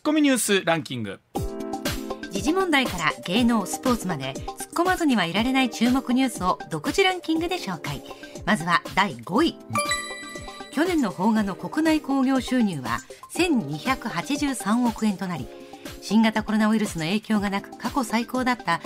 コミニュースランキング。 時事問題から芸能スポーツまで突っ込まずにはいられない注目ニュースを独自ランキングで紹介。まずは第5位。去年の邦画の国内興行収入は1283億円となり、新型コロナウイルスの影響がなく過去最高だった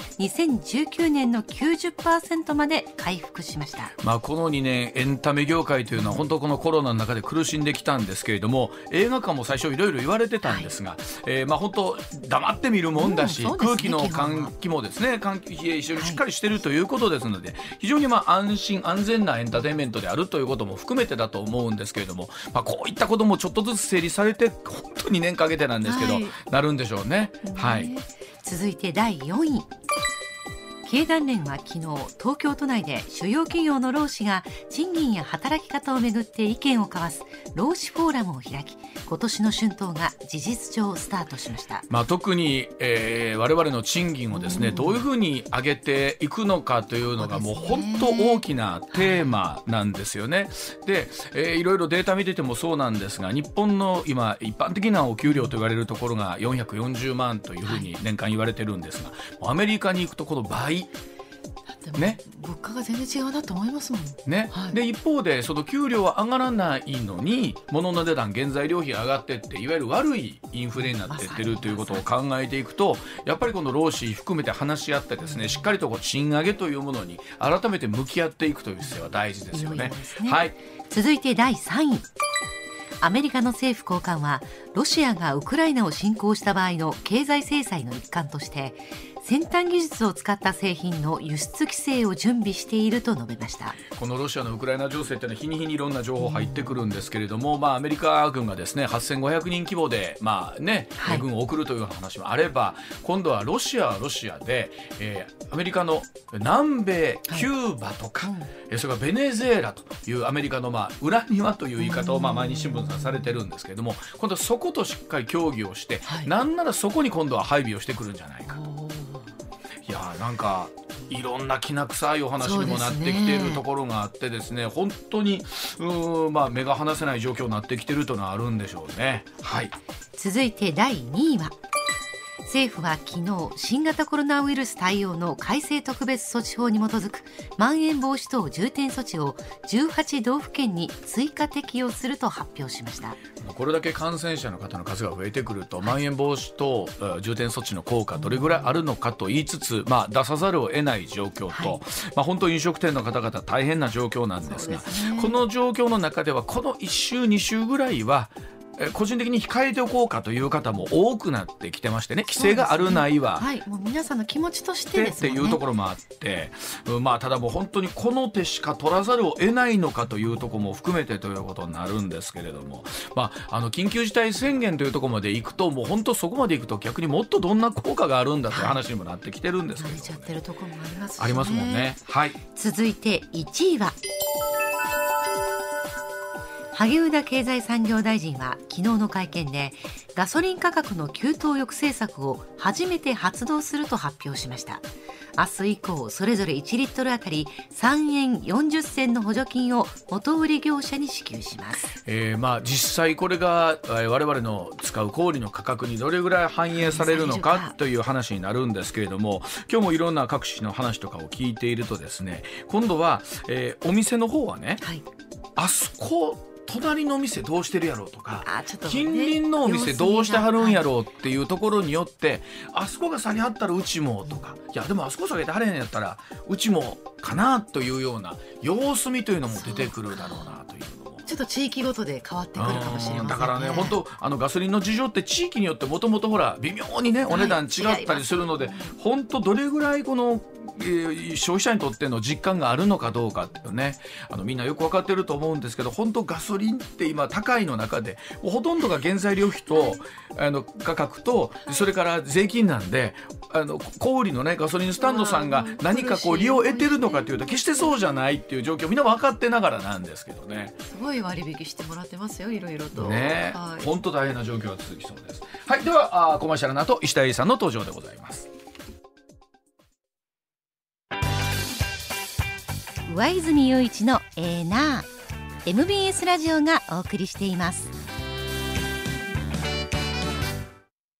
2019年の 90% まで回復しました。 この2年エンタメ業界というのは本当このコロナの中で苦しんできたんですけれども、映画館も最初いろいろ言われてたんですが、本当黙って見るもんだし、空気の換気もですね、換気一緒にしっかりしてるということですので、非常に安心安全なエンターテインメントであるということも含めてだと思うんですけれども、こういったこともちょっとずつ整理されて本当に2年かけてなんですけど、なるんでしょうね。 続いて第4位。経団連は昨日、東京都内で主要企業の労使が賃金や働き方をめぐって意見を交わす労使フォーラムを開き、今年の春闘が事実上スタートしました。 特に、我々の賃金をですね、どういうふうに上げていくのかというのがもう本当大きなテーマなんですよね。で、いろいろデータ見ててもそうなんですが、日本の今一般的なお給料と言われるところが440万というふうに年間言われてるんですが、アメリカに行くとこの倍ね、物価が全然違うなと思いますもんね。 で一方でその給料は上がらないのに物の値段、原材料費が上がってって、いわゆる悪いインフレになっていってるということを考えていくと、やっぱりこの労使含めて話し合ってですね、しっかりと賃上げというものに改めて向き合っていくという姿勢は大事ですよね。 続いて第3位。アメリカの政府高官は、ロシアがウクライナを侵攻した場合の経済制裁の一環として、先端技術を使った製品の輸出規制を準備していると述べました。 このロシアのウクライナ情勢というのは日に日にいろんな情報入ってくるんですけれども、アメリカ軍がですね8500人規模で、軍を送るという話もあれば、今度はロシアはロシアで、アメリカの南米キューバとか、それからベネズエラというアメリカの裏庭という言い方を毎日新聞されてるんですけれども、今度はそことしっかり協議をして、なんならそこに今度は配備をしてくるんじゃないかと。いやなんかいろんなきな臭いお話にもなってきているところがあってですね、本当に目が離せない状況になってきているというのはあるんでしょうね。 続いて第2位は、政府は昨日、新型コロナウイルス対応の改正特別措置法に基づくまん延防止等重点措置を18道府県に追加適用すると発表しました。 これだけ感染者の方の数が増えてくると、まん延防止等重点措置の効果どれぐらいあるのかと言いつつ、出さざるを得ない状況と、本当飲食店の方々大変な状況なんですが、この状況の中ではこの1週2週ぐらいは個人的に控えておこうかという方も多くなってきてましてね、規制があるないは、 もう皆さんの気持ちとしてですよねっていうところもあって、ただもう本当にこの手しか取らざるを得ないのかというところも含めてということになるんですけれども、緊急事態宣言というところまで行くと、もう本当そこまで行くと逆にもっとどんな効果があるんだという話にもなってきてるんですけど、 慣れちゃってるところもありますしね。 ありますもんね。 続いて1位は、萩生田経済産業大臣は昨日の会見で、ガソリン価格の急騰抑制策を初めて発動すると発表しました。明日以降、それぞれ1リットルあたり3円40銭の補助金を元売り業者に支給します。 実際これが我々の使う小売の価格にどれぐらい反映されるのかという話になるんですけれども、今日もいろんな各種の話とかを聞いているとですね、今度は、お店の方はね、あそこ隣の店どうしてるやろうとか、近隣のお店どうしてはるんやろうっていうところによって、あそこが下げはったらうちもとか、いやでもあそこ下げてはれへんやったらうちもかなというような様子見というのも出てくるだろうなというのも、 ちょっと地域ごとで変わってくるかもしれませんね。 だからね、本当ガソリンの事情って地域によってもともとほら微妙にねお値段違ったりするので、本当どれぐらいこの消費者にとっての実感があるのかどうかっていうね、みんなよく分かってると思うんですけど、本当ガソリンって今高いの中でもうほとんどが原材料費と価格と、それから税金なんで、小売りのねガソリンスタンドさんが何かこう利用を得てるのかというと決してそうじゃないっていう状況みんな分かってながらなんですけどね。 すごい割引してもらってますよ、いろいろとね。本当大変な状況が続きそうです。ではコマーシャルの後、石田英さんの登場でございます。 上泉雄一のな MBS ラジオがお送りしています。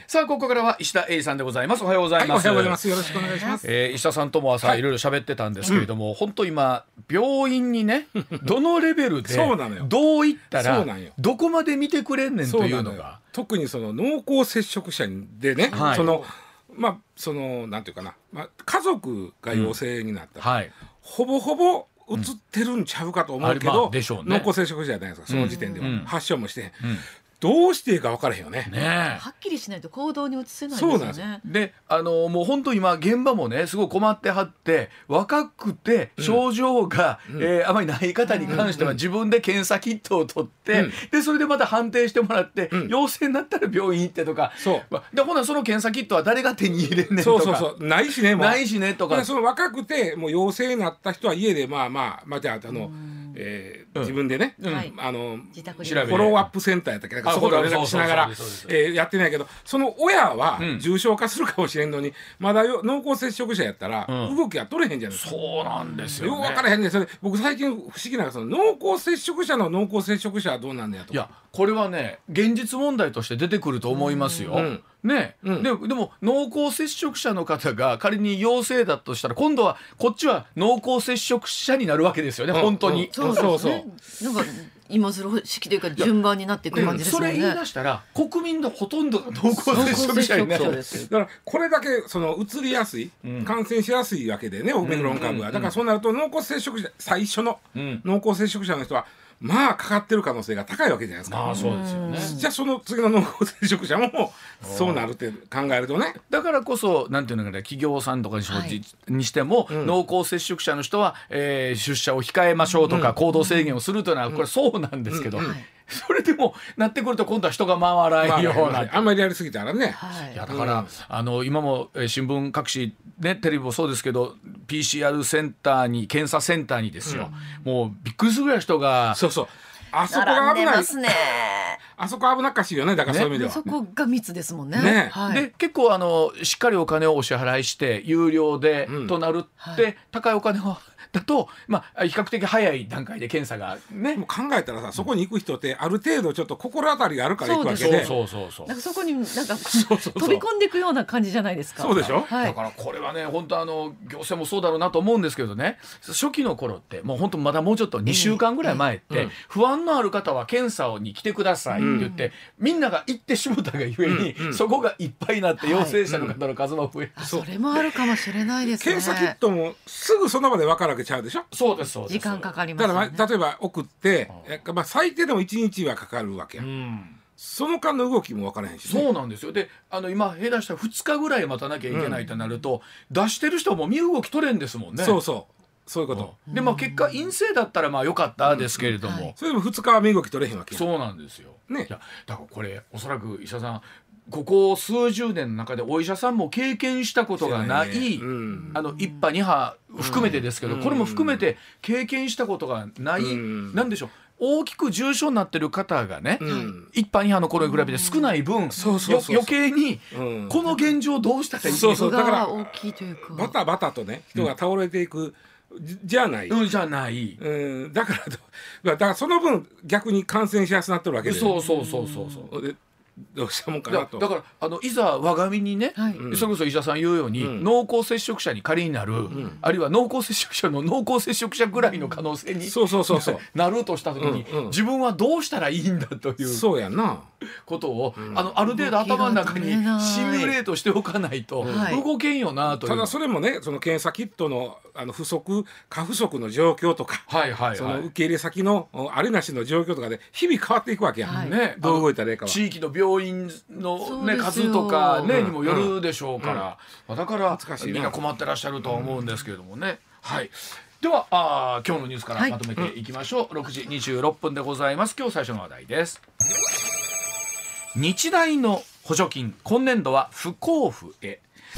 さあここからは石田英二さんでございます。おはようございます。 おはようございます。よろしくお願いします。 石田さんとも朝いろいろ喋ってたんですけれども、本当今病院にねどのレベルでそうなのよ。 どういったらそうなんよ。 どこまで見てくれんねんというのが、 特にその濃厚接触者でね、 はい、 そのなんていうかな、家族が陽性になったら、 はい、 ほぼほぼ移ってるんちゃうかと思うけど、 でしょうね、 濃厚接触者じゃないですか、その時点では、発症もして、どうしていいか分からへんよね。 はっきりしないと行動に移せないですよね。 そうなんです。でもう本当今現場もねすごい困ってはって、若くて症状が、あまりない方に関しては自分で検査キットを取って、でそれでまた判定してもらって、陽性になったら病院行ってとか、でほなその検査キットは誰が手に入れんねんとか、 そうないしね、もうないしねとか、 その若くてもう陽性になった人は家でじゃあ自分でね、 自宅でフォローアップセンターやったっけ、そこで連絡しながらやってないけど、その親は重症化するかもしれんのに、まだ濃厚接触者やったら動きは取れへんじゃないですか。 そうなんですよね。 よく分からへんね。それ僕最近不思議な、その濃厚接触者の濃厚接触者はどうなんだよと。 いやこれはね現実問題として出てくると思いますよ。ね、でも濃厚接触者の方が仮に陽性だとしたら、今度はこっちは濃厚接触者になるわけですよね、本当に。 そうなんか今その式というか順番になっていく感じですよね。 それ言い出したら国民のほとんどが濃厚接触者になる。 だからこれだけその移りやすい、感染しやすいわけでね、オミクロン株は。だからそうなると濃厚接触者、最初の濃厚接触者の人はかかってる可能性が高いわけじゃないですか。 そうですよね。 じゃあその次の濃厚接触者もそうなるって考えるとね、 だからこそなんていうのかな、企業さんとかにしても、濃厚接触者の人は、出社を控えましょうとか、行動制限をするというのはこれそうなんですけど、それでもなってくると今度は人が回らんような、 あんまりやりすぎたらね。 いやだから、今も新聞各紙ね、テレビもそうですけど PCR センターに、検査センターにですよ、もうびっくりするぐらい人が、 あそこが危ない。 ますね。 あそこ危なっかしいよね。だからそういう意味では、 そこが密ですもんね。 で結構しっかりお金をお支払いして有料で、となるって、高いお金をだと、比較的早い段階で検査がね。 もう考えたらさ、そこに行く人ってある程度ちょっ心当たりがあるから行くわけで、 なんかそこになんか飛び込んでいくような感じじゃないですか。 そうでしょ。 だからこれはね、本当行政もそうだろうなと思うんですけどね、初期の頃ってもう本当まだもうちょっと2週間ぐらい前って、不安のある方は検査に来てくださいって言って、みんなが行ってしもたがゆえに、そこがいっぱいになって陽性者の方の数も増えて、 それもあるかもしれないですね。 検査キットもすぐその場で分かるわけちゃうでしょ。 そうです。 時間かかりますね。 だから例えば送って、最低でも1日はかかるわけや、その間の動きも分からへんし、 そうなんですよ。で今下手したら2日ぐらい待たなきゃいけないとなると、出してる人も身動き取れんですもんね。そういうこと、で結果陰性だったら良かったですけれども、 それでも2日は身動き取れへんわけや。 そうなんですよ、 ね。 いやだからこれおそらく医者さんここ数十年の中でお医者さんも経験したことがない、1波2波含めてですけど、これも含めて経験したことがない、なんでしょう、大きく重症になってる方がね、1波2波の頃に比べて少ない分、余計にこの現状どうしたらいいのかが大きいというか、 バタバタとね人が倒れていく、じゃない、だからその分逆に感染しやすくなってるわけで、 そうどうしたもんかなと。 だからいざ我が身にね、それこそ医者さん言うように、濃厚接触者に仮になる、あるいは濃厚接触者の濃厚接触者ぐらいの可能性になるとした時に、自分はどうしたらいいんだということをある程度頭の中にシミュレートしておかないと動けんよなという。 ただそれもね、その検査キットの過不足の状況とか、その受け入れ先のありなしの状況とかで日々変わっていくわけやん、どう動いたらいいかは。 地域の病院の、数とか、にもよるでしょうから、だからみんな困ってらっしゃるとは思うんですけれどもね。では今日のニュースからまとめていきましょう。6時26分でございます。今日最初の話題です。日大の補助金、今年度は不交付へ。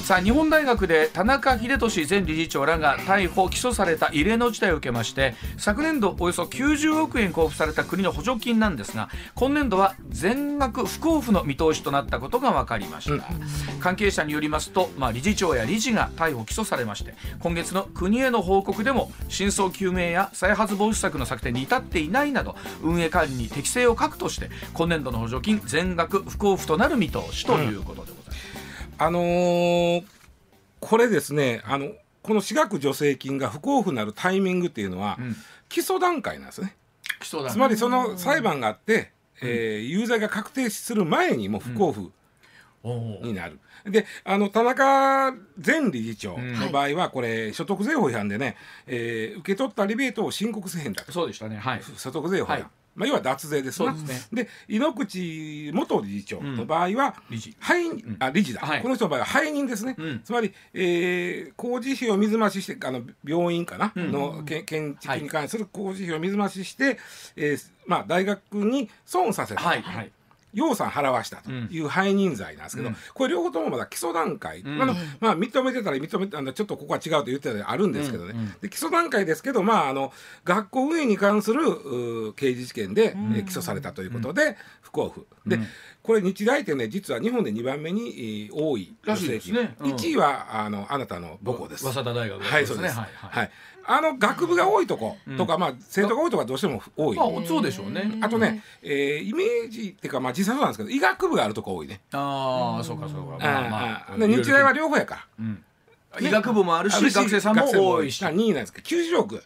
さあ日本大学で田中英寿前理事長らが逮捕・起訴された異例の事態を受けまして、昨年度およそ90億円交付された国の補助金なんですが、今年度は全額不交付の見通しとなったことが分かりました。関係者によりますと、理事長や理事が逮捕・起訴されまして、今月の国への報告でも真相究明や再発防止策の策定に至っていないなど運営管理に適正を欠くとして、今年度の補助金全額不交付となる見通しということでございます。 これですね、この私学助成金が不交付になるタイミングっていうのは、起訴段階なんですね。つまりその裁判があって、有罪が確定する前にもう不交付になる。で田中前理事長の場合はこれ所得税法違反でね、受け取ったリベートを申告せへんだと。 そうでしたね、はい、 所得税法違反、要は脱税ですな。で猪口元理事長の場合は、理事だ、この人の場合は背任ですね。つまり、工事費を水増しして病院かな、の建築に関する工事費を水増しして、大学に損させた、養蚕払わしたという背任罪なんですけど、これ両方ともまだ起訴段階、認めてたらちょっとここは違うと言ってたらあるんですけどね、で基礎段階ですけど、学校運営に関する刑事事件で、起訴されたということで不交付で、これ日大ってね、実は日本で2番目に多い助成金、1位はあなたの母校です。 早稲田大学ですね。 はい、そうです。学部が多いとことか、生徒が多いとかどうしても多い。 そうでしょうね。 あとね、イメージっていうか実際そうなんですけど、医学部があるとこ多いね。 そうかそうか。 日大は両方やから。 医学部もあるし、学生さんも多いし。 2位なんですけど90億。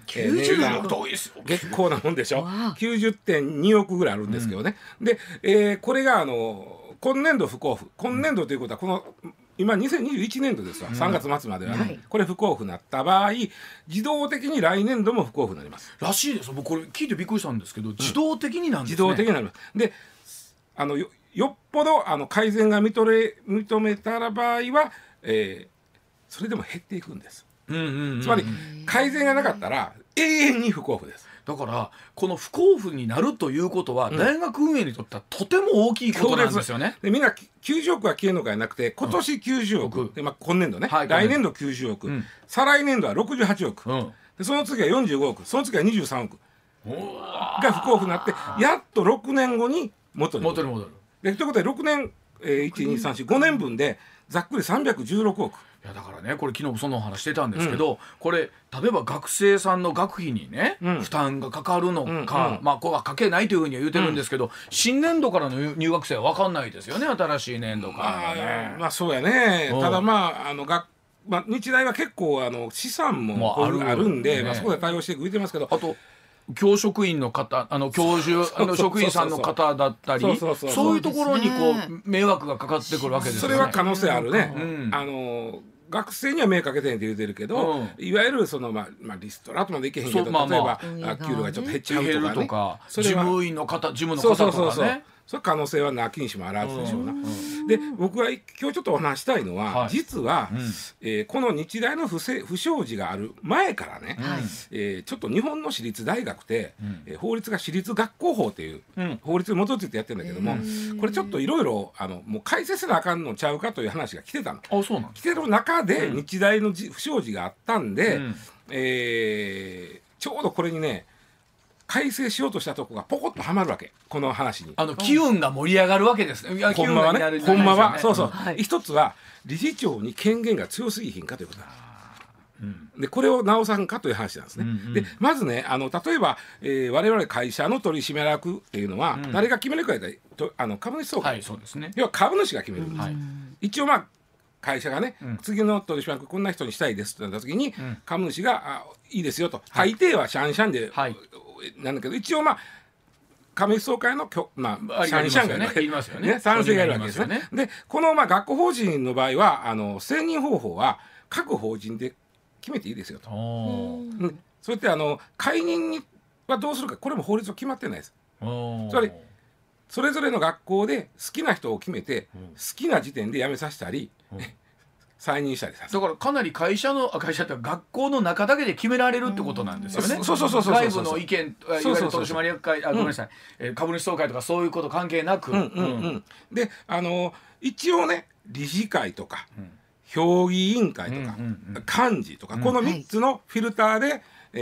90億と多いですよ。 結構なもんでしょ。90.2 億ぐらいあるんですけどね。で、これが今年度不交付。今年度ということはこの今2021年度ですわ、3月末まではね、これ不交付になった場合、自動的に来年度も不交付になりますらしいです。僕これ聞いてびっくりしたんですけど、自動的になんですね。 自動的になります。でよっぽど改善が認めたら場合は、それでも減っていくんです。つまり改善がなかったら永遠に不交付です。 だからこの不交付になるということは、大学運営にとってはとても大きいことなんですよね。 でみんな90億は消えるのかじゃなくて、今年90億、で今年度ね、来年度90億、再来年度は68億、でその次は45億、その次は23億が不交付になって、やっと6年後に元に戻る。でということで6年、1,2,3,4,5年分でざっくり316億。 いやだからね、これ昨日その話してたんですけど、これ例えば学生さんの学費にね、負担がかかるのか、ここはかけないというふうには言うてるんですけど、新年度からの入学生は分かんないですよね、新しい年度からね。 そうやね。ただ日大は結構資産もあるんで、そこで対応していく言ってますけど、 あと教職員の方、教授職員さんの方だったり、そういうところに迷惑がかかってくるわけですよね。 それは可能性あるね。学生には迷惑かけてへんって言うてるけど、いわゆるリストラとまでいけへんけど、例えば給料がちょっと減っちゃうとかね、 事務の方とかね、 その可能性はなきにしもあらずでしょうな。で僕が今日ちょっとお話したいのは、実はこの日大の不祥事がある前からね、ちょっと日本の私立大学って法律が私立学校法っていう法律に基づいてやってるんだけども、これちょっといろいろもう改正せなあかんのちゃうかという話が来てたの。来てる中で日大の不祥事があったんで、ちょうどこれにね改正しようとしたとこがポコッとはまるわけ、この話に。 機運が盛り上がるわけですね。 ほんまはね、ほんまはそうそう、一つは理事長に権限が強すぎひんかということなんです。でこれを直さんかという話なんですね。でまずね、例えば、我々会社の取締役っていうのは、誰が決めるかやったら株主総会、要は株主が決める。一応会社がね、次の取締役こんな人にしたいですってなった時に、株主がいいですよと、大抵はシャンシャンで、なんだけど、一応株主総会のシャンシャンがね、賛成がいるわけですね。でこの学校法人の場合は選任方法は各法人で決めていいですよと。それって解任はどうするか、これも法律は決まってないです。つまりそれぞれの学校で好きな人を決めて、好きな時点で辞めさせたり、再任したりさせる。 だからかなり会社って学校の中だけで決められるってことなんですよね。外部の意見、いわゆる取締役会、ごめんなさい、株主総会とかそういうこと関係なく、 で一応ね理事会とか評議委員会とか、幹事とか、この3つのフィルターで、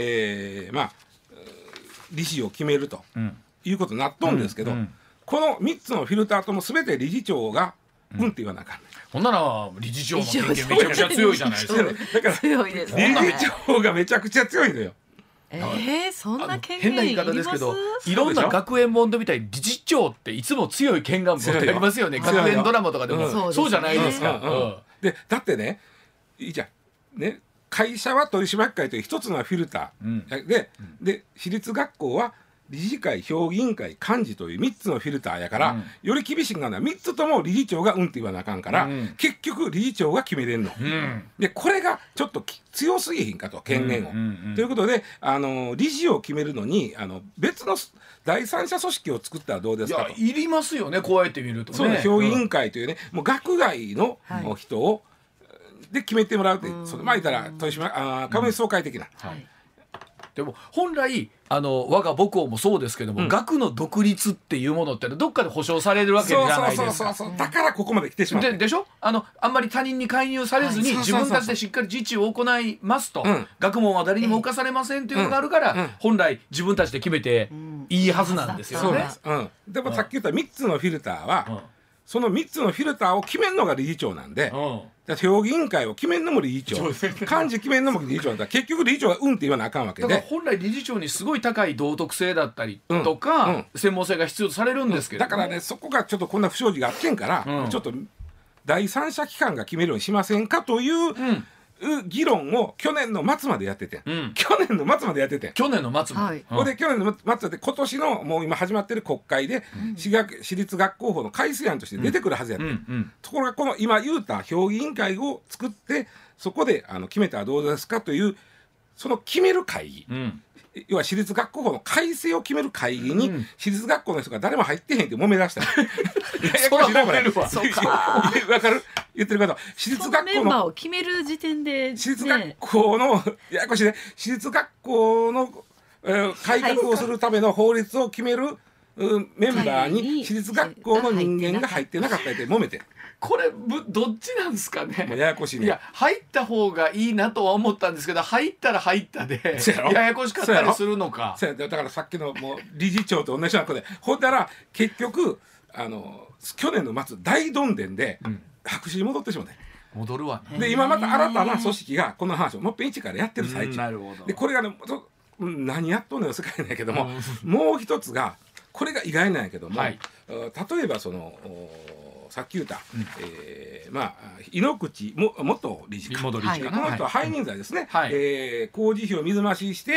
理事を決めるということになっとんですけど、この3つのフィルターとも全て理事長がって言わなあかん。 ほんなら理事長の権限めちゃくちゃ強いじゃないですか。 だから強いですね。 理事長がめちゃくちゃ強いのよ。 そんな権変な言い方ですけど、いろんな学園もんでみたい理事長っていつも強い権限持ってありますよね。学園ドラマとかでもそうじゃないですか。 でだってね、いいじゃんね、会社は取締役会という一つのフィルター、で私立学校は理事会、評議員会、幹事という3つのフィルターやから、より厳しいのは3つとも理事長がって言わなあかんから、結局理事長が決めれんの、でこれがちょっと強すぎひんかと、権限を、ということで理事を決めるのに別の第三者組織を作ったらどうですかと。 いりますよね、こうやって見るとね。 そう、評議員会というね、もう学外の人を、で決めてもらうって、まあ言ったら株主総会的な。 でも本来我が母校もそうですけども、学の独立っていうものってどっかで保障されるわけじゃないですか。 だからここまで来てしまうでしょ。あんまり他人に介入されずに自分たちでしっかり自治を行いますと、学問は誰にも侵されませんというのがあるから、本来自分たちで決めていいはずなんですよね。 でもさっき言った3つのフィルターは、その3つのフィルターを決めるのが理事長なんで、評議員会を決めるのも理事長、幹事決めるのも理事長だったら、結局理事長がって言わなあかんわけで、 だから本来理事長にすごい高い道徳性だったりとか、専門性が必要とされるんですけど、 だからね、そこがちょっとこんな不祥事があってんから、ちょっと第三者機関が決めるようにしませんかという議論を去年の末までやってて、去年の末までやってて、 去年の末まで、 で去年の末で今年のもう今始まってる国会で、私立学校法の改正案として出てくるはずやって、ところがこの今言うた評議委員会を作って、そこで決めたらどうですかというその決める会議、要は私立学校法の改正を決める会議に、私立学校の人が誰も入ってへんって揉め出した。 そら揉めるわ。 そうか。 わかる？言ってる方。私立学校のメンバーを決める時点で、 私立学校のややこしいね。私立学校の改革をするための法律を決めるメンバーに私立学校の人間が入ってなかったって揉めて。 これどっちなんですかね。 ややこしいね。 いや、入った方がいいなとは思ったんですけど、入ったら入ったでややこしかったりするのか。 だからさっきのもう理事長と同じようなことで、ほんだら結局去年の末大どんでんで白紙に戻ってしまって。 戻るわね。 で今また新たな組織がこの話をもっぺん一からやってる最中。 なるほど。 でこれがね、何やっとんのよ世界なんやけども、もう一つがこれが意外なんやけども、例えばそのさっき言った、猪口元理事官、この人は背任罪ですね、工事費を水増しして、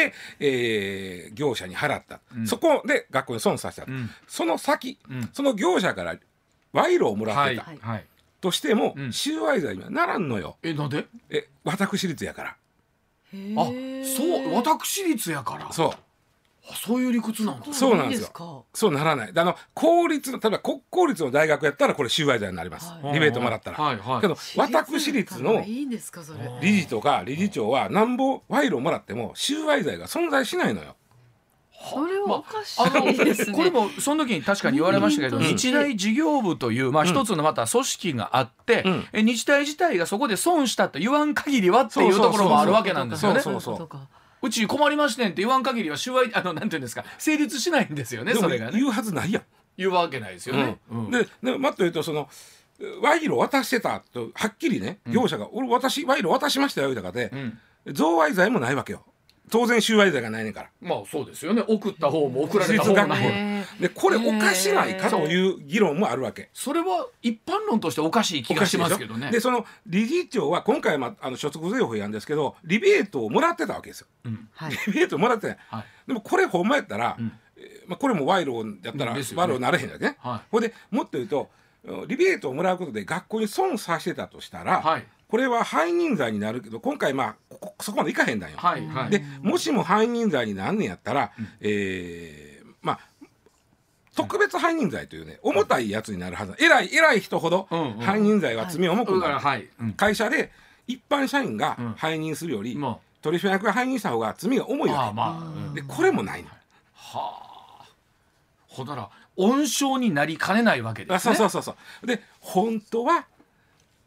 業者に払った、そこで学校に損させた、その先、その業者から賄賂をもらってた、としても、収賄罪にはならんのよ。 なんで？ 私立やから。 そう、私立やから。そういう理屈なんですか。 そうなんですよ。そうならない。公立の、例えば国公立の大学やったらこれ収賄罪になります。リベートもらったら。けど私立の理事とか理事長はなんぼ賄賂をもらっても収賄罪が存在しないのよ。 それはおかしいですね。 これもその時に確かに言われましたけど、日大事業部という一つのまた組織があって、日大自体がそこで損したと言わん限りはっていうところもあるわけなんですよね。うち困りましてんって言わん限りは収賄なんていうんですか、成立しないんですよね。それがね、 言うはずないやん。 言うわけないですよね。 でもっと言うとその賄賂渡してたとはっきりね、業者が俺賄賂渡しましたよとかで、贈賄罪もないわけよ。当然収賄罪がないねんから。 まあそうですよね。送った方も送られた方もでこれおかしないかという議論もあるわけ。 それは一般論としておかしい気がしますけどね。 でその理事長は今回所得税法やんですけど、リベートをもらってたわけですよ。リベートをもらってない。でもこれほんまやったら、これも賄賂やったら賄賂になれへんだけね。ほんでもっと言うとリベートをもらうことで学校に損させてたとしたら、これは背任罪になるけど、今回そこまでいかへんだよ。でもしも背任罪になんねんやったら、特別背任罪というね、重たいやつになるはず。偉い人ほど背任罪は罪重くなる。会社で一般社員が背任するより、取締役が背任した方が罪が重いわけで、これもないの。 ほんなら温床になりかねないわけですね。 そうで本当は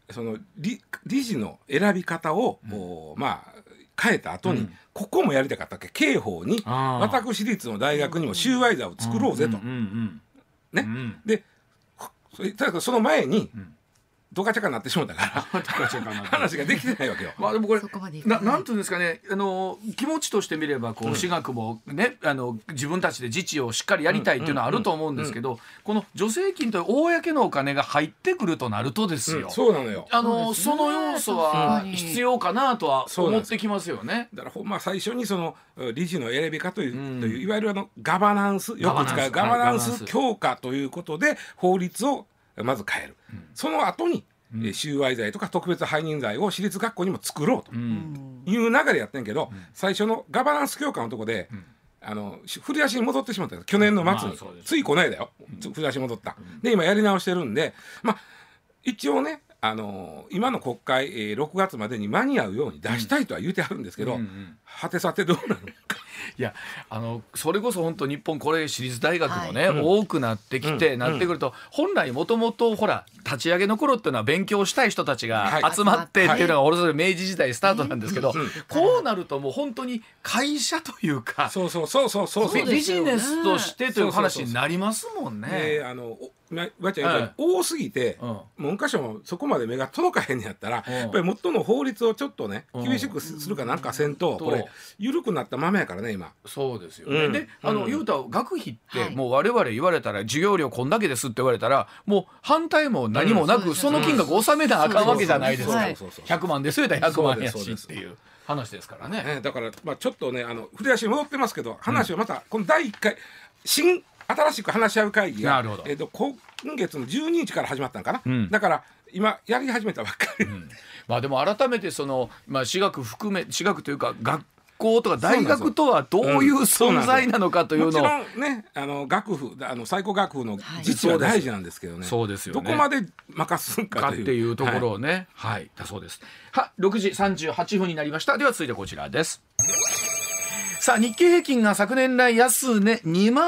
その理事の選び方を、まあ変えた後に、ここもやりたかったっけ、刑法に私立の大学にも収賄罪を作ろうぜと、ね、でその前に、ドカチャカになってしまったから話ができてないわけよ。 まあでもこれなんていうんですかね、気持ちとしてみればこう私学もね、自分たちで自治をしっかりやりたいっていうのはあると思うんですけど、この助成金という公のお金が入ってくるとなるとですよ、 そうなのよ。 その要素は必要かなとは思ってきますよね。 だから最初にその理事の選び方という、いわゆるガバナンス、よく使うガバナンス強化ということで法律をまず変える、その後に、収賄罪とか特別背任罪を私立学校にも作ろうという流れやってんけど、最初のガバナンス強化のとこで、振り出しに戻ってしまったんです。去年の末に、ついこの間よ、振り出しに戻った。で今やり直してるんで、一応ね、今の国会、6月までに間に合うように出したいとは言うてはるんですけど、はてさてどうなのか。 いやそれこそ本当日本これ私立大学もね、多くなってきて、なってくると本来もともとほら立ち上げの頃っていうのは勉強したい人たちが集まってっていうのが俺それ明治時代スタートなんですけど、こうなるともう本当に会社というかビジネスとしてという話になりますもんね。 わちゃん多すぎて、文科省もそこまで目が届かへんのやったら、やっぱりもっとの法律をちょっとね厳しくするかなんかせんと、これ緩くなった豆やからね今。 そうですよね。で言うたら学費ってもう我々言われたら授業料こんだけですって言われたらもう反対も何もなくその金額納めなあかんわけじゃないですか。100万ですよ言うたら100万やしっていう話ですからね。 だからちょっとね振り出しに戻ってますけど、話をまたこの第1回新しく話し合う会議が今月の12日から始まったのかな、だから今やり始めたばっかり、 でも改めてその、私学含め私学というか学校とか大学とはどういう存在なのかというのを、 もちろんね学府最高学府の実は大事なんですけどね、 そうですよね、 どこまで任すんかっていうところをね、だそうです。6時38分になりました。では続いてこちらです。さあ日経平均が昨年来安値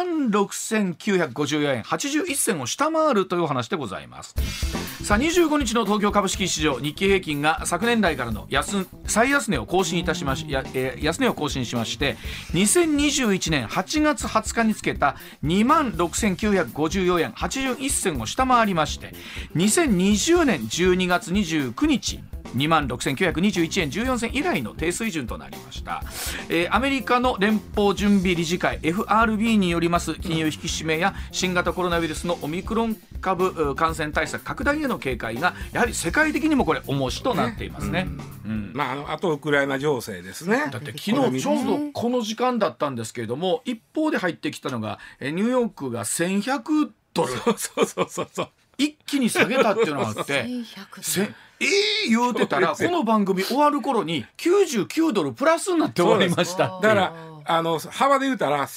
26,954 円81銭を下回るという話でございます。さあ25日の東京株式市場日経平均が昨年来からの最安値を更新いたしまし安値を更新しまして、2021年8月20日につけた 26,954 円81銭を下回りまして、2020年12月29日26,921 円14銭以来の低水準となりました。アメリカの連邦準備理事会 FRB によります金融引き締めや新型コロナウイルスのオミクロン株感染対策拡大への警戒がやはり世界的にもこれ重しとなっていますね。 あとウクライナ情勢ですね。 だって昨日ちょうどこの時間だったんですけれども、一方で入ってきたのがニューヨークが1100ドル一気に下げたっていうのがあって言うてたらこの番組終わる頃に99ドルプラスになって終わりましたっていう。 だから幅で言うたら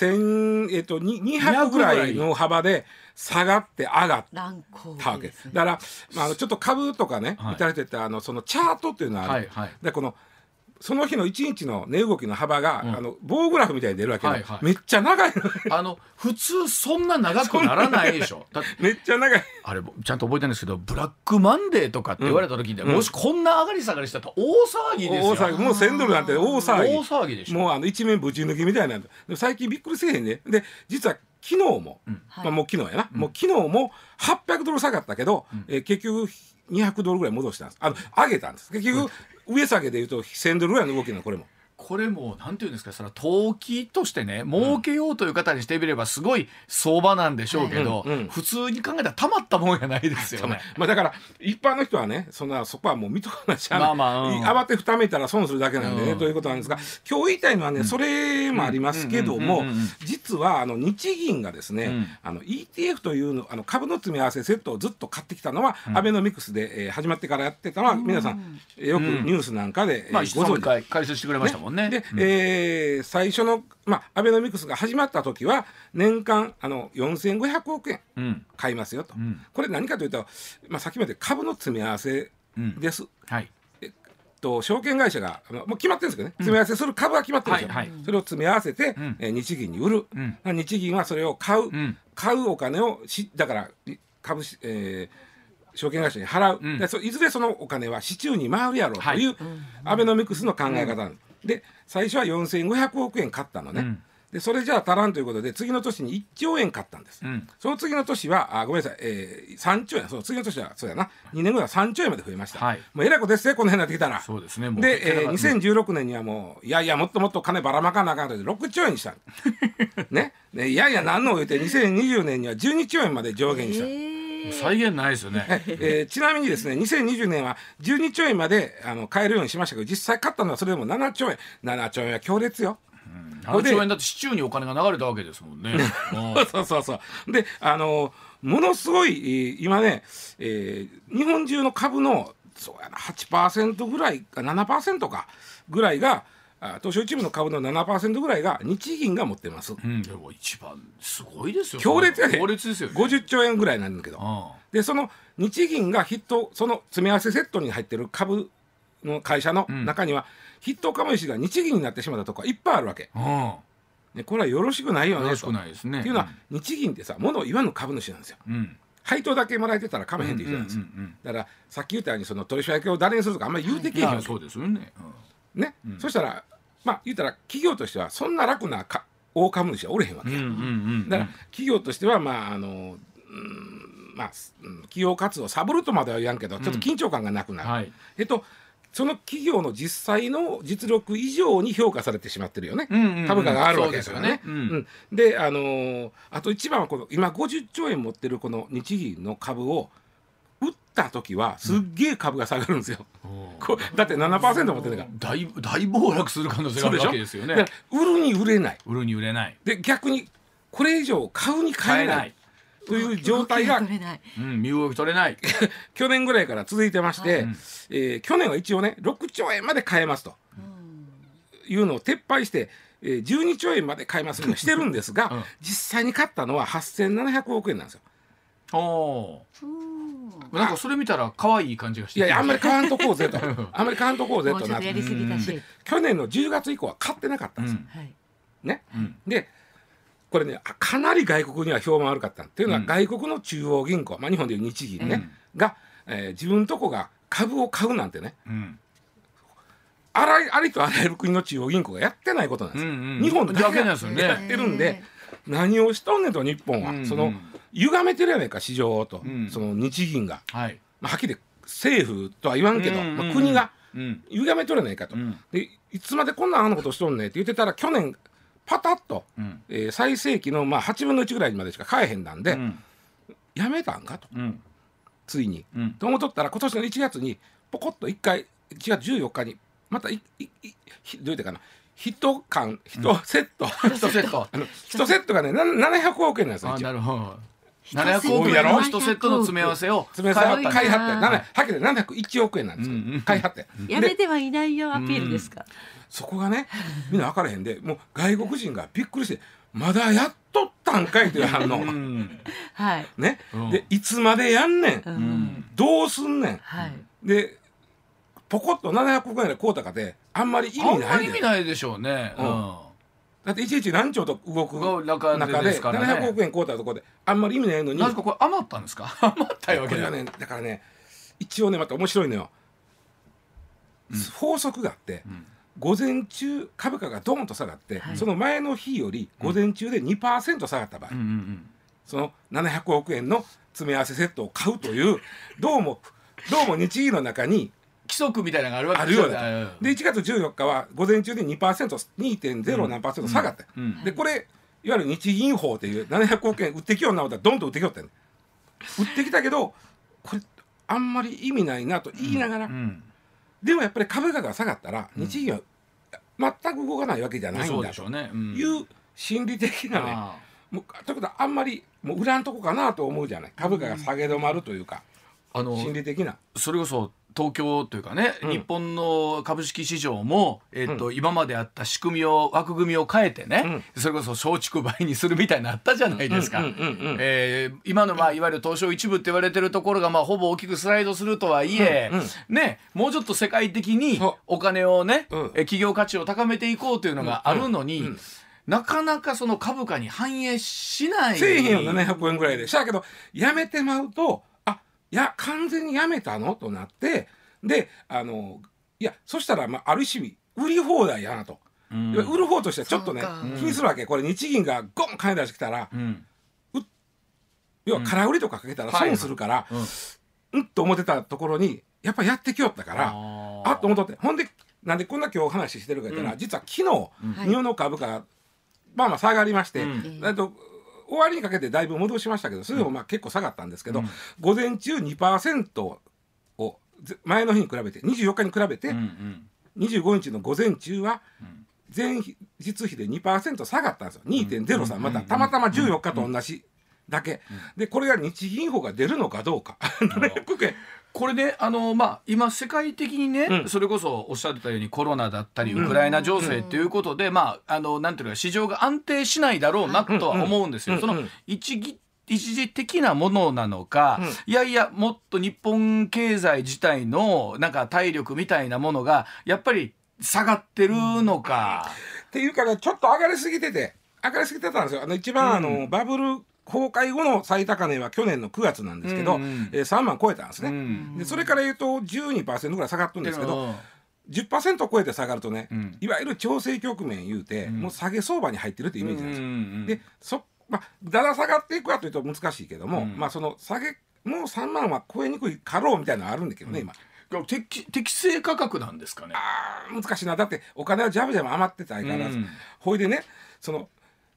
200ぐらいの幅で下がって上がったわけです。だからちょっと株とかねいただいてたそのチャートっていうのはある。でその日の1日の値動きの幅が、棒グラフみたいに出るわけで、めっちゃ長いの普通そんな長くならないでしょめっちゃ長い。 あれちゃんと覚えてるんですけど、ブラックマンデーとかって言われた時に、もしこんな上がり下がりしたら大騒ぎですよ。 もう1000ドルなんて大騒ぎでしょ。 もう一面ぶち抜きみたいなんで、最近びっくりせえへんね。で実は昨日も、もう昨日やな、もう昨日も800ドル下がったけど、結局200ドルぐらい戻したんです。上げたんです。結局上下げでいうと1000ドルぐらいの動きなの。 これもなんていうんですか、それは投機としてね儲けようという方にしてみればすごい相場なんでしょうけど、普通に考えたらたまったもんやないですよね。 だから一般の人はねそこはもう見とかなきゃ慌てふためいたら損するだけなんでね、ということなんですが、今日言いたいのはね、それもありますけども、実は日銀がですね、ETF という株の積み合わせセットをずっと買ってきたのは、アベノミクスで、始まってからやってたのは、皆さんよくニュースなんかで、 ご存知解説してくれましたもんね。 で最初の、アベノミクスが始まった時は年間4500億円買いますよと、これ何かというと、さっきまで株の積み合わせです、証券会社がもう決まってるんですけどね、積み合わせする株が決まってるんですよ、それを積み合わせて、日銀に売る、日銀はそれを買うお金をだから証券会社に払う、でいずれそのお金は市中に回るやろうというアベノミクスの考え方なんで、最初は4500億円買ったのね、でそれじゃあ足らんということで次の年に1兆円買ったんです、その次の年はごめんなさい、3兆円、その次の年はそうやな、2年後は3兆円まで増えました、もうえらいことですね、この辺になってきたら。 そうですね。もうで、2016年にはもういやいやもっともっと金ばらまかなあかんと6兆円にしたね、いやいや何の言うて2020年には12兆円まで上限にした、 再現ないですよね。 ちなみにですね、2020年は12兆円まで買えるようにしましたけど、実際買ったのはそれでも7兆円。7兆円は強烈よ。 7兆円だって市中にお金が流れたわけですもんね。 そうでものすごい今ね、日本中の株のそうやな 8% ぐらいか 7% かぐらいが東証一部の株の 7% ぐらいが日銀が持ってます、 でも一番すごいですよ。 強烈やね。 強烈ですよね。 50兆円ぐらいなんだけど、でその日銀がその詰め合わせセットに入ってる株の会社の中には、筆頭株主が日銀になってしまったところがいっぱいあるわけ、でこれはよろしくないよねと。 よろしくないですね。 っていうのは、日銀ってさ物を言わぬ株主なんですよ、配当だけもらえてたらかめへんって言ってたんですよ、だからさっき言ったようにその取締役を誰にするとかあんまり言うてけへんわけ、 そうですよね。 そしたら言ったら企業としてはそんな楽な大株主はおれへんわけや、だから企業としては企業活動サボるとまでは言わんけどちょっと緊張感がなくなる、その企業の実際の実力以上に評価されてしまってるよね、株価があるわけですよね。であと一番はこの今50兆円持ってるこの日銀の株を売った時はすっげえ株が下がるんですよ、だって 7% 持ってるから大暴落する可能性があるわけですよね。 売るに売れない、 で逆にこれ以上買うに買えないという状態が身動き取れない去年ぐらいから続いてまして、去年は一応ね6兆円まで買えますというのを撤廃して、12兆円まで買えますようにしてるんですが、実際に買ったのは8700億円なんですよ。 なんかそれ見たら可愛い感じがして、 いやあんまり買わんとこうぜとあんまり買わんとこうぜとなって、去年の10月以降は買ってなかったんですよ、ね、でこれねかなり外国には評判悪かったっていうのは、外国の中央銀行、日本でいう日銀ね、が、自分とこが株を買うなんてね、ありとあらゆる国の中央銀行がやってないことなんですよ、日本だけやってるんで、何をしとんねんと日本は、その歪めてるやないか市場をと、その日銀が、はっきり政府とは言わんけど、国が歪めとるやないかと、でいつまでこんなことしとんねんって言ってたら去年パタッと、最盛期の8分の1ぐらいまでしか買えへんなんで、やめたんかと、ついに、と思っとったら今年の1月にポコッと1回1月14日にまたどう言ってかな1セット1セットがね700億円なんですよ。 なるほど。700億円の1セットの詰め合わせを買いはってはっきり701億円なんですよ、買いはって。 やめてはいないよアピールですか。 そこがねみんな分からへんで、もう外国人がびっくりしてまだやっとったんかいという反応ね、でいつまでやんねん、どうすんねん、でポコッと700億円で買うたかであんまり意味ないでしょうね、 だっていちいち何兆と動く中で700億円買うたところであんまり意味ないのに、 なんかこれ余ったんですか余ったわけだね。だからね一応ねまた面白いのよ、法則があって、午前中株価がドーンと下がって、その前の日より午前中で 2% 下がった場合、その700億円の詰め合わせセットを買うというどうも日銀の中に規則みたいなのがあるわけですよね。 で1月14日は午前中で 2%2.0 何%下がって、でこれいわゆる日銀法という700億円売ってきようなことはドンと売ってきよってん、売ってきたけどこれあんまり意味ないなと言いながら、でもやっぱり株価が下がったら日銀は全く動かないわけじゃないんだという心理的なね、もうということはあんまりもう売らんとこかなと思うじゃない、株価が下げ止まるというか、心理的な。 それこそ東京というかね、日本の株式市場も、今まであった枠組みを変えてね、それこそ松竹梅にするみたいになったじゃないですか。今のいわゆる東証一部って言われてるところがほぼ大きくスライドするとはいえ、ね、もうちょっと世界的にお金をね、企業価値を高めていこうというのがあるのに、なかなかその株価に反映しない。 せえへんよ700円ぐらいで。したけどやめてまうといや完全にやめたのとなって、でいやそしたら、ある意味売り放題やなと、売る方としてはちょっとね気にするわけ。これ日銀がゴン金出してきたら、要は空売りとかかけたら損するから、と思ってたところにやっぱやってきよったからあっと思って、ほんでなんでこんな今日話してるか言ったら、実は昨日、日本の株価がまあ下がりまして、終わりにかけてだいぶ戻しましたけど、それでも結構下がったんですけど、午前中 2% を前の日に比べて24日に比べて、25日の午前中は前日比で 2% 下がったんですよ。 2.03 またたまたま14日と同じだけで、これが日銀法が出るのかどうかこれね今世界的にね、それこそおっしゃってたようにコロナだったりウクライナ情勢ということで、なんていうか市場が安定しないだろうなとは思うんですよ。その一時的なものなのか、いやいやもっと日本経済自体のなんか体力みたいなものがやっぱり下がってるのか、 っていうかね、ちょっと上がりすぎてたんですよ。一番バブル崩壊後の最高値は去年の9月なんですけど、3万超えたんですね。でそれから言うと 12% ぐらい下がってるんですけど、10% 超えて下がるとね、いわゆる調整局面言うて、もう下げ相場に入ってるってイメージなんですよ。でだだ下がっていくかというと難しいけども、その下げもう3万は超えにくいかろうみたいなのあるんだけどね、今適正価格なんですかね。 難しいな。だってお金はジャブジャブ余ってたから、ほいでね、その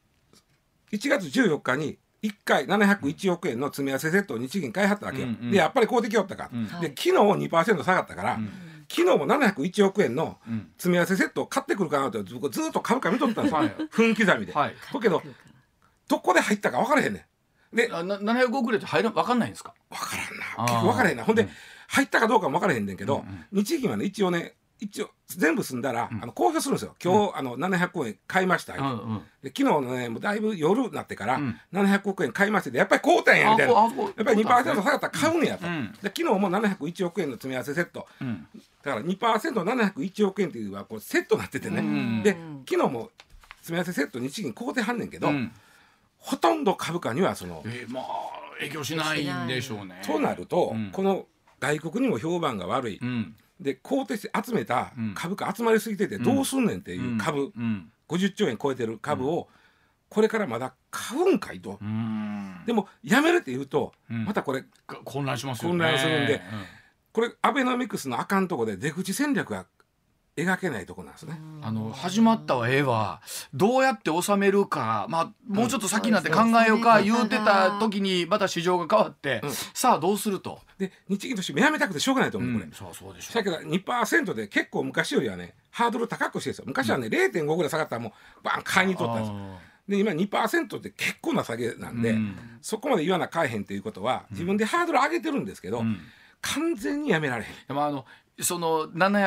1月14日に1回701億円の積み合わせセットを日銀買いはったわけよ。でやっぱりこうできよったか、で昨日 2% 下がったから、昨日も701億円の積み合わせセットを買ってくるかなと僕ずっと株価見とったんですよ、分刻みで。だけどどこで入ったか分からへんねん。で 700億円って分かんないんですか。 分からんな、結局分からへんな。ほんで入ったかどうかも分からへんねんけど、日銀はね一応全部済んだら公表するんですよ。今日700億円買いました、で昨日のねもうだいぶ夜になってから700億円買いまして、やっぱり買うたんやみたいな、やっぱり 2% 下がったら買うんやと。で昨日も701億円の積み合わせセット、だから 2%701 億円っていうのはこうセットになっててね、で昨日も積み合わせセット日銀買うてはんねんけど、ほとんど株価にはその影響しないんでしょうね。 となると、この外国にも評判が悪い、で買うて集めた株価集まりすぎててどうすんねんっていう株、50兆円超えてる株をこれからまだ買うんかいと。でもやめるって言うとまたこれ混乱しますよね。 混乱するんで、これアベノミクスのあかんとこで出口戦略が描けないとこなんですね。 始まったはどうやって収めるか、もうちょっと先になって考えようか言うてた時にまた市場が変わって、さあどうすると。 で日銀としてもやめたくてしょうがないと思う、これ。 そうでしょう。 だけど 2% で結構昔よりはねハードル高くしてるんですよ。昔はね 0.5 ぐらい下がったらもうバン買いに取ったんですよ。で今 2% って結構な下げなんで、そこまで言わな買えへんということは自分でハードル上げてるんですけど、完全にやめられへん。 でもその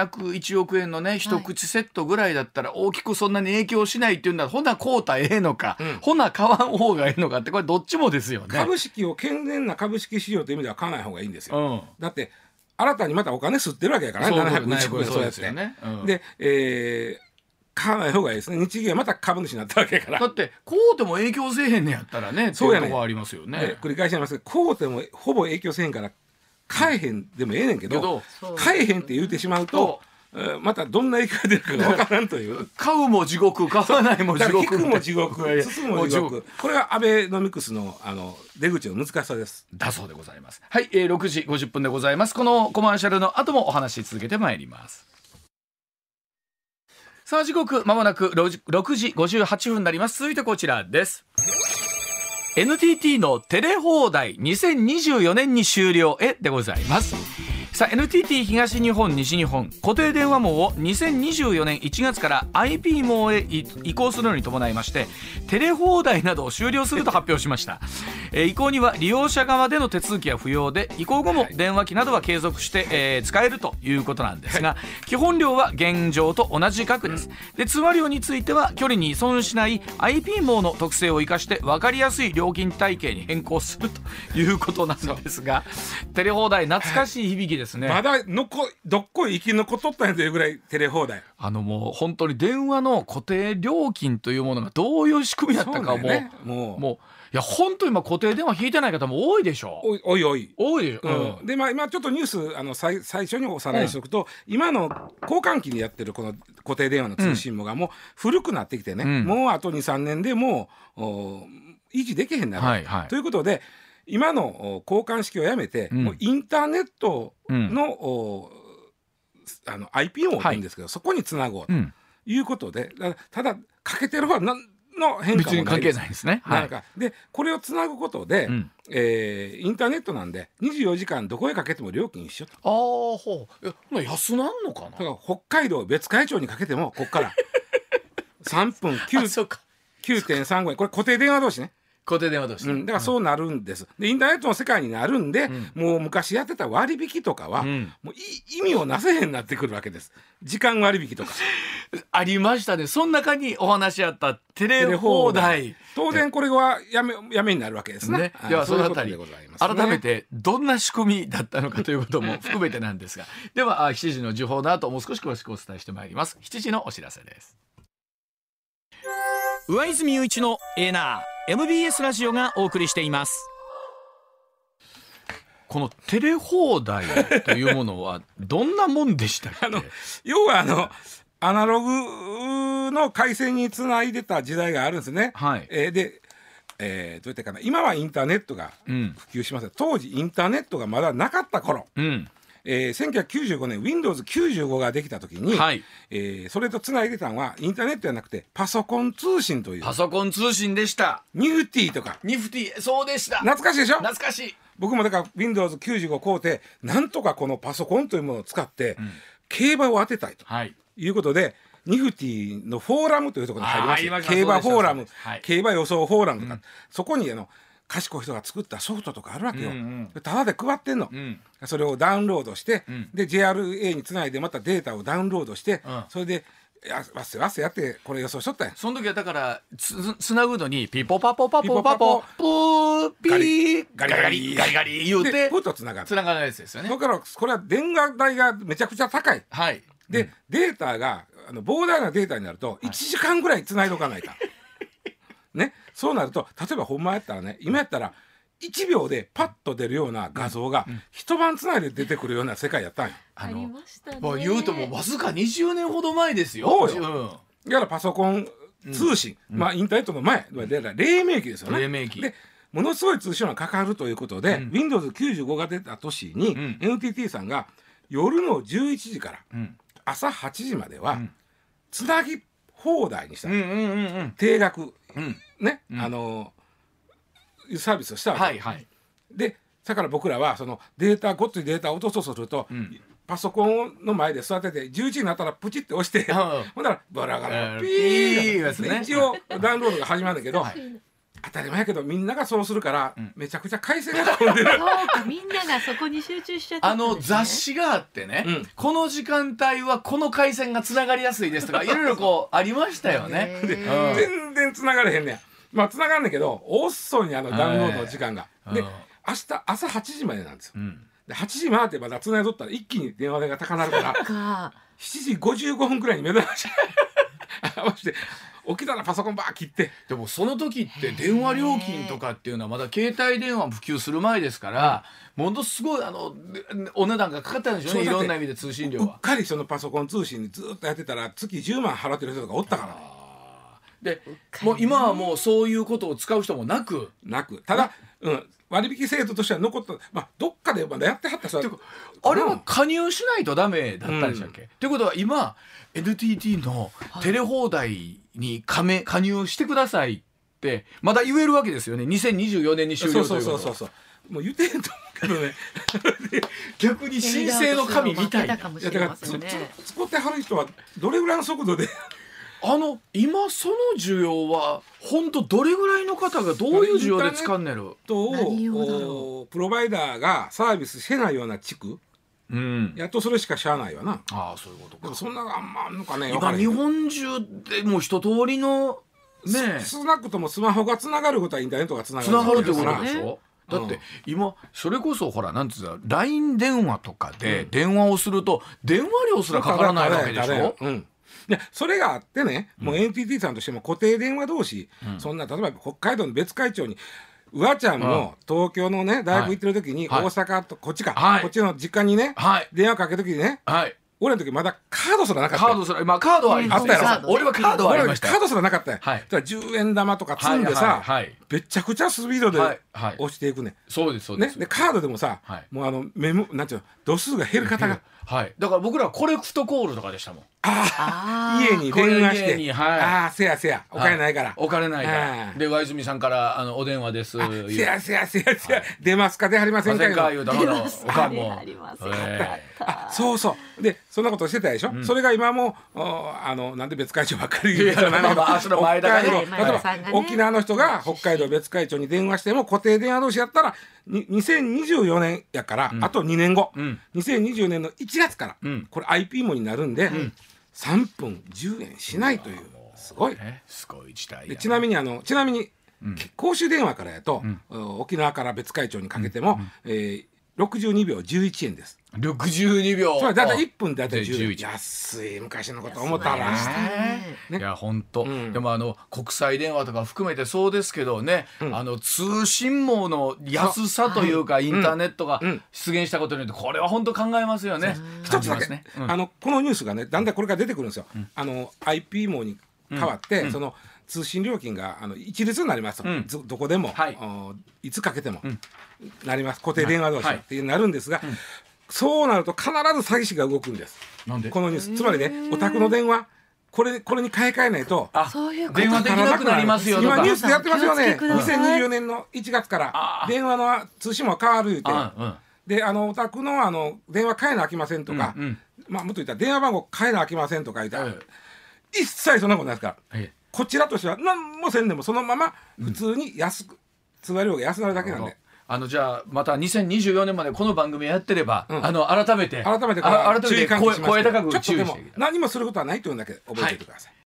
701億円のね一口セットぐらいだったら大きくそんなに影響しないっていうんだら、ほな買うたらええのか、ほな買わん方がええのかって、これどっちもですよね。 株式を健全な株式市場という意味では買わない方がいいんですよ、だって新たにまたお金吸ってるわけやからね、701億円そうやって、で、買わない方がいいですね。日銀はまた株主になったわけやから。 だって買うても影響せえへんねやったらね、そうやね、っていうとこありますよね。 繰り返しますけど、買うてもほぼ影響せえへんから買えへんでもええねんけど、買えへんって言うてしまうとまたどんな影響が出るかが分からんという買うも地獄、買わないも地獄、 引くも地獄、進むも地獄、これがアベノミクスの出口の難しさですだそうでございます。はい、6時50分でございます。このコマーシャルの後もお話し続けてまいります。さあ時刻まもなく6時58分になります。続いてこちらです。NTT のテレ放題2024年に終了へでございます。さあ NTT 東日本西日本固定電話網を2024年1月から IP 網へ移行するのに伴いまして、テレ放題などを終了すると発表しました。移行には利用者側での手続きは不要で、移行後も電話機などは継続して、使えるということなんですが、基本料は現状と同じ額です。で通話料については距離に依存しない IP 網の特性を生かして分かりやすい料金体系に変更するということなんですが、テレ放題懐かしい響きですですね。 まだどっこい生き残っとったんやというぐらいテレ放題。 もう本当に電話の固定料金というものがどういう仕組みだったかもういや本当に今固定電話引いてない方も多いでしょ。 おい多いでしょ。 で今ちょっとニュース最初におさらいしておくと、今の交換機にやってるこの固定電話の通信網がもう古くなってきてね、もうあと 2,3 年でもう維持できへんなる、ということで今の交換式をやめて、もうインターネットの、IP を置くんですけど、そこにつなごうということで、ただかけてる方は何の変化もないです。別に関係ないですね。 でこれをつなぐことで、インターネットなんで24時間どこへかけても料金一緒と。 安なんのかな。だから北海道別海町にかけてもこっから3分 9.35 円、これ固定電話同士ね。 固定電話同士、 だからそうなるんです。でインターネットの世界になるんで、もう昔やってた割引とかは、もう意味をなせへんなってくるわけです。時間割引とかありましたね。その中にお話あったテレ放題、 当然これはやめになるわけですね。 ではそのあたり改めてどんな仕組みだったのかということも含めてなんですがでは7時の時報の後もう少し詳しくお伝えしてまいります。7時のお知らせです。 上泉雄一のエナー MBS ラジオがお送りしています。 このテレ放題というものはどんなもんでしたっけ？ 要はアナログの回線につないでた時代があるんですね。で、どうやってかな、今はインターネットが普及しますが、当時インターネットがまだなかった頃、1995年 Windows95 ができた時に、それとつないでたのはインターネットじゃなくてパソコン通信という。 パソコン通信でした。 ニフティとか。 ニフティ、そうでした。 懐かしいでしょ。 懐かしい。 僕もだから Windows95 買うて、なんとかこのパソコンというものを使って、競馬を当てたいと、いうことでニフティのフォーラムというところに入りました。競馬フォーラム、競馬予想フォーラムとか、そこに賢い人が作ったソフトとかあるわけよ。タダで配ってんの、それをダウンロードして、で JRA につないでまたデータをダウンロードして、それでわせやってこれ予想しとったんや。 その時はだからつなぐのにピポパポパポパポプーピーガリガリガリガリ言うてプーとつながるやつですよね。 だからこれは電話代がめちゃくちゃ高い。で、データが膨大なデータになると1時間ぐらいつないでおかないかね。そうなると例えばほんまやったらね、今やったら1秒でパッと出るような画像が一晩つないで出てくるような世界やったんよ。 ありましたね。 言うともわずか20年ほど前ですよ。 だからパソコン通信、インターネットの前だから黎明期ですよね。 黎明期でものすごい通信がかかるということで、Windows95 が出た年に、NTT さんが夜の11時から、朝8時までは、つなぎ放題にした、定額、ね、サービスをしたわけ、でだから僕らはそのデータごっついデータを落とそうとすると、パソコンの前で座ってて11時になったらプチって押して、ほんならバラガラピーですね。一応ダウンロードが始まるんだけど、当たり前やけどみんながそうするから、めちゃくちゃ回線が飛んでる。 そうか、みんながそこに集中しちゃったんですね。 雑誌があってね、この時間帯はこの回線がつながりやすいですとかいろいろこうありましたよね。 で全然つながれへんねん。つながんねんけど遅いね、ダウンロードの時間が。で明日朝8時までなんですよ。で8時回ってまだつないどったら一気に電話代が高なるから7時55分くらいに目覚まし合わせて起きたらパソコンバー切って。 でもその時って電話料金とかっていうのはまだ携帯電話普及する前ですから、ものすごいお値段がかかったんでしょうね。いろんな意味で通信料は。 うっかりそのパソコン通信にずっとやってたら月10万払ってる人とかおったからね。 でもう今はもうそういうことを使う人もなくただ、割引制度としては残った、どっかでまだやってはった人はあれは加入しないとダメだったんでしたっけ？ということは今 NTT のテレ放題に加入してくださいってまだ言えるわけですよね。2024年に終了ということは。 そうもう言ってへんと思うけどね。 逆に申請の紙みたいな。 かもしれませんね。 使ってはる人はどれぐらいの速度で今その需要は本当どれぐらいの方がどういう需要で使んねるとプロバイダーがサービスしてないような地区、やっとそれしかしゃあないわな。 そういうことか。 でもそんなあんまあんのかね。 今日本中でもう一通りのね、 少なくともスマホがつながることはインターネットがつながるってことでしょ。 だって今それこそほらなんていうの LINE 電話とかで電話をすると電話料すらかからないわけでしょ。 でそれがあってね、もう NTT さんとしても固定電話同士、そんな例えば北海道の別海町にうわちゃんも東京のね大学行ってる時に大阪とこっちか、こっちの実家にね電話かける時にね、俺の時まだカードすらなかった。 カードすら、まあカードはありましたよ。俺はカードはありましたよ。 カードすらなかったよ。だから10円玉とか積んでさ、めちゃくちゃスピードで押していくね。 そうですそうです。 でカードでもさ、もうメモなんていうの度数が減る方が。 だから僕らコレクトコールとかでしたもん。 家に電話して、せやせやお金ないから。 お金ないから。で上泉さんからお電話です。 せやせや出ますか出はりませんか。 言うたからおかんも。 そうそうでそんなことしてたでしょ。それが今もなんで別海町ばっかり言うからなんだけど、北海道例えば沖縄の人が北海道別海町に電話しても固定電話同士やったら2024年やからあと2年後2020年の1月からこれ IP もになるんで3分10円しないというすごい事態でちなみに公衆電話からやと沖縄から別海町にかけても62秒11円です。 62秒つまりだいたい1分でだいたい10円。安い昔のこと思ったらいや本当、でも国際電話とか含めてそうですけどね、通信網の安さというかインターネットが出現したことによってこれは本当考えますよね。 一つだけね、このニュースがねだんだんこれから出てくるんですよ。IP 網に変わってその通信料金が一律になりますと、どこでも、いつかけてもなります、固定電話同士ってなるんですが、そうなると必ず詐欺師が動くんです。 なんでこのニュースつまりねお宅の電話これに買い替えないと電話できなくなりますよとか今ニュースでやってますよね。2024年の1月から電話の通信も変わるってでお宅の電話変えなあきませんとか、もっと言ったら電話番号変えなあきませんとか言ったら一切そんなことないですから、こちらとしては何もせんでもそのまま普通に通話料が安なるだけなんで、 じゃあまた2024年までこの番組やってれば、改めて声高く注意して何もすることはないというのだけ覚えておいてください。